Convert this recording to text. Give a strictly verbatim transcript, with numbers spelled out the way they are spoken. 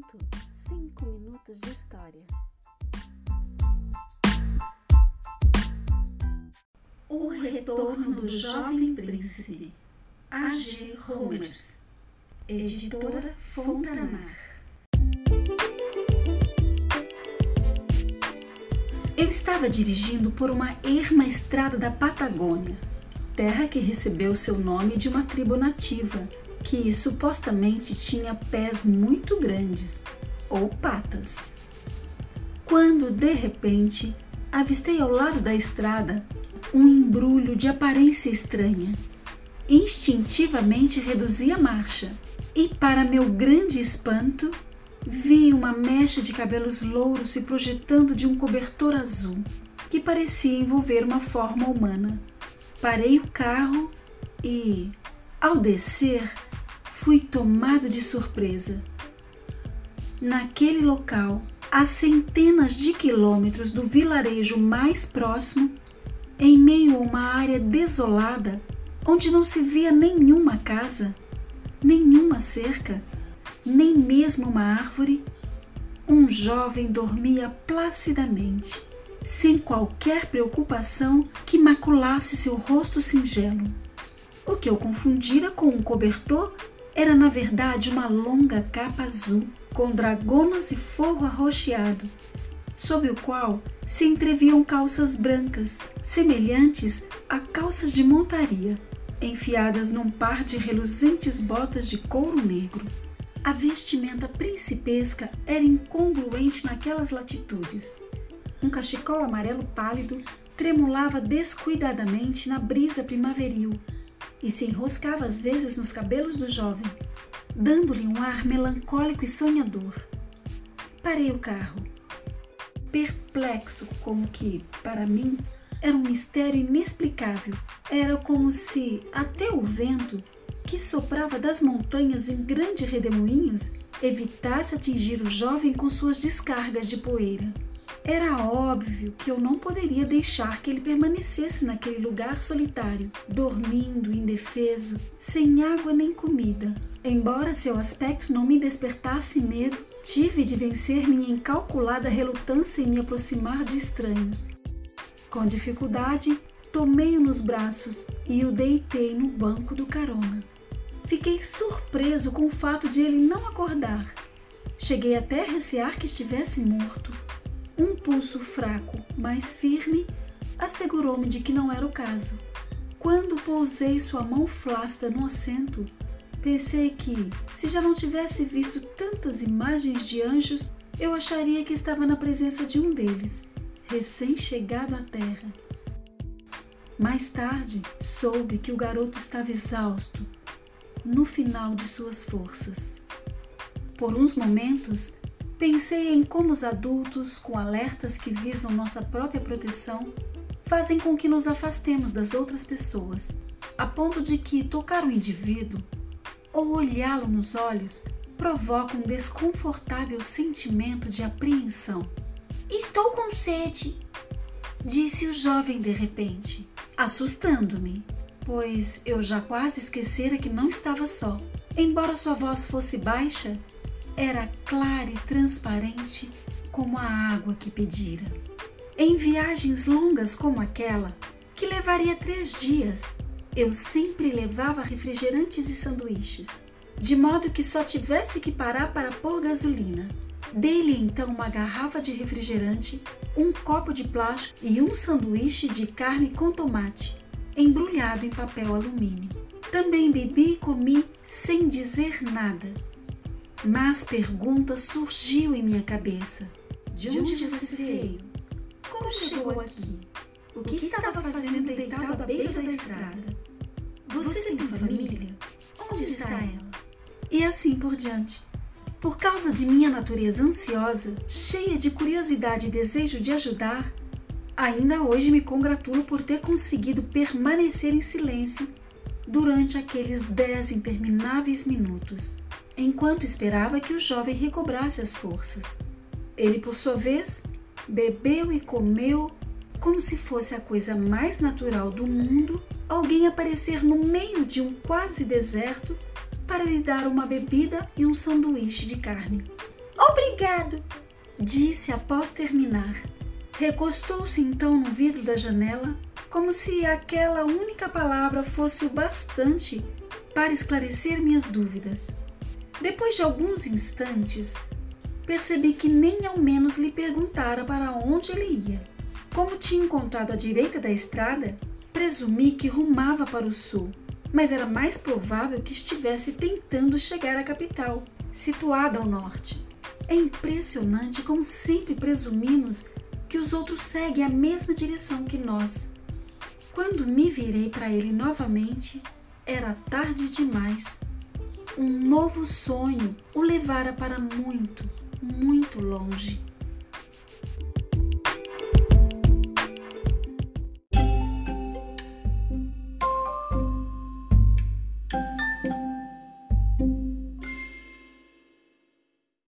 minuto, cinco minutos de história. O Retorno do Jovem Príncipe, A G Romers, editora Fontanar. Eu estava dirigindo por uma erma estrada da Patagônia, terra que recebeu seu nome de uma tribo nativa, que supostamente tinha pés muito grandes, ou patas. Quando, de repente, avistei ao lado da estrada um embrulho de aparência estranha. Instintivamente reduzi a marcha e, para meu grande espanto, vi uma mecha de cabelos louros se projetando de um cobertor azul, que parecia envolver uma forma humana. Parei o carro e, ao descer, fui tomado de surpresa. Naquele local, a centenas de quilômetros do vilarejo mais próximo, em meio a uma área desolada, onde não se via nenhuma casa, nenhuma cerca, nem mesmo uma árvore, um jovem dormia placidamente, sem qualquer preocupação que maculasse seu rosto singelo. O que eu confundira com um cobertor era, na verdade, uma longa capa azul, com dragonas e forro arroxeado, sob o qual se entreviam calças brancas, semelhantes a calças de montaria, enfiadas num par de reluzentes botas de couro negro. A vestimenta principesca era incongruente naquelas latitudes. Um cachecol amarelo pálido tremulava descuidadamente na brisa primaveril e se enroscava às vezes nos cabelos do jovem, dando-lhe um ar melancólico e sonhador. Parei o carro, perplexo com o que, para mim, era um mistério inexplicável. Era como se até o vento, que soprava das montanhas em grandes redemoinhos, evitasse atingir o jovem com suas descargas de poeira. Era óbvio que eu não poderia deixar que ele permanecesse naquele lugar solitário, dormindo, indefeso, sem água nem comida. Embora seu aspecto não me despertasse medo, tive de vencer minha incalculada relutância em me aproximar de estranhos. Com dificuldade, tomei-o nos braços e o deitei no banco do carona. Fiquei surpreso com o fato de ele não acordar. Cheguei até a recear que estivesse morto. Um pulso fraco, mas firme, assegurou-me de que não era o caso. Quando pousei sua mão flácida no assento, pensei que, se já não tivesse visto tantas imagens de anjos, eu acharia que estava na presença de um deles, recém-chegado à terra. Mais tarde, soube que o garoto estava exausto, no final de suas forças. Por uns momentos, pensei em como os adultos, com alertas que visam nossa própria proteção, fazem com que nos afastemos das outras pessoas, a ponto de que tocar o indivíduo ou olhá-lo nos olhos provoca um desconfortável sentimento de apreensão. Estou com sede, disse o jovem de repente, assustando-me, pois eu já quase esquecera que não estava só. Embora sua voz fosse baixa, era clara e transparente como a água que pedira. Em viagens longas como aquela, que levaria três dias, eu sempre levava refrigerantes e sanduíches, de modo que só tivesse que parar para pôr gasolina. Dei-lhe então uma garrafa de refrigerante, um copo de plástico e um sanduíche de carne com tomate, embrulhado em papel alumínio. Também bebi e comi sem dizer nada. Mas pergunta surgiu em minha cabeça. De onde você veio? Como chegou aqui? O que estava fazendo deitado à beira da estrada? Você tem família? Onde está ela? E assim por diante. Por causa de minha natureza ansiosa, cheia de curiosidade e desejo de ajudar, ainda hoje me congratulo por ter conseguido permanecer em silêncio durante aqueles dez intermináveis minutos, enquanto esperava que o jovem recobrasse as forças. Ele, por sua vez, bebeu e comeu como se fosse a coisa mais natural do mundo alguém aparecer no meio de um quase deserto para lhe dar uma bebida e um sanduíche de carne. Obrigado, disse após terminar. Recostou-se então no vidro da janela, como se aquela única palavra fosse o bastante para esclarecer minhas dúvidas. Depois de alguns instantes, percebi que nem ao menos lhe perguntara para onde ele ia. Como tinha encontrado à direita da estrada, presumi que rumava para o sul, mas era mais provável que estivesse tentando chegar à capital, situada ao norte. É impressionante como sempre presumimos que os outros seguem a mesma direção que nós. Quando me virei para ele novamente, era tarde demais. Um novo sonho o levara para muito, muito longe.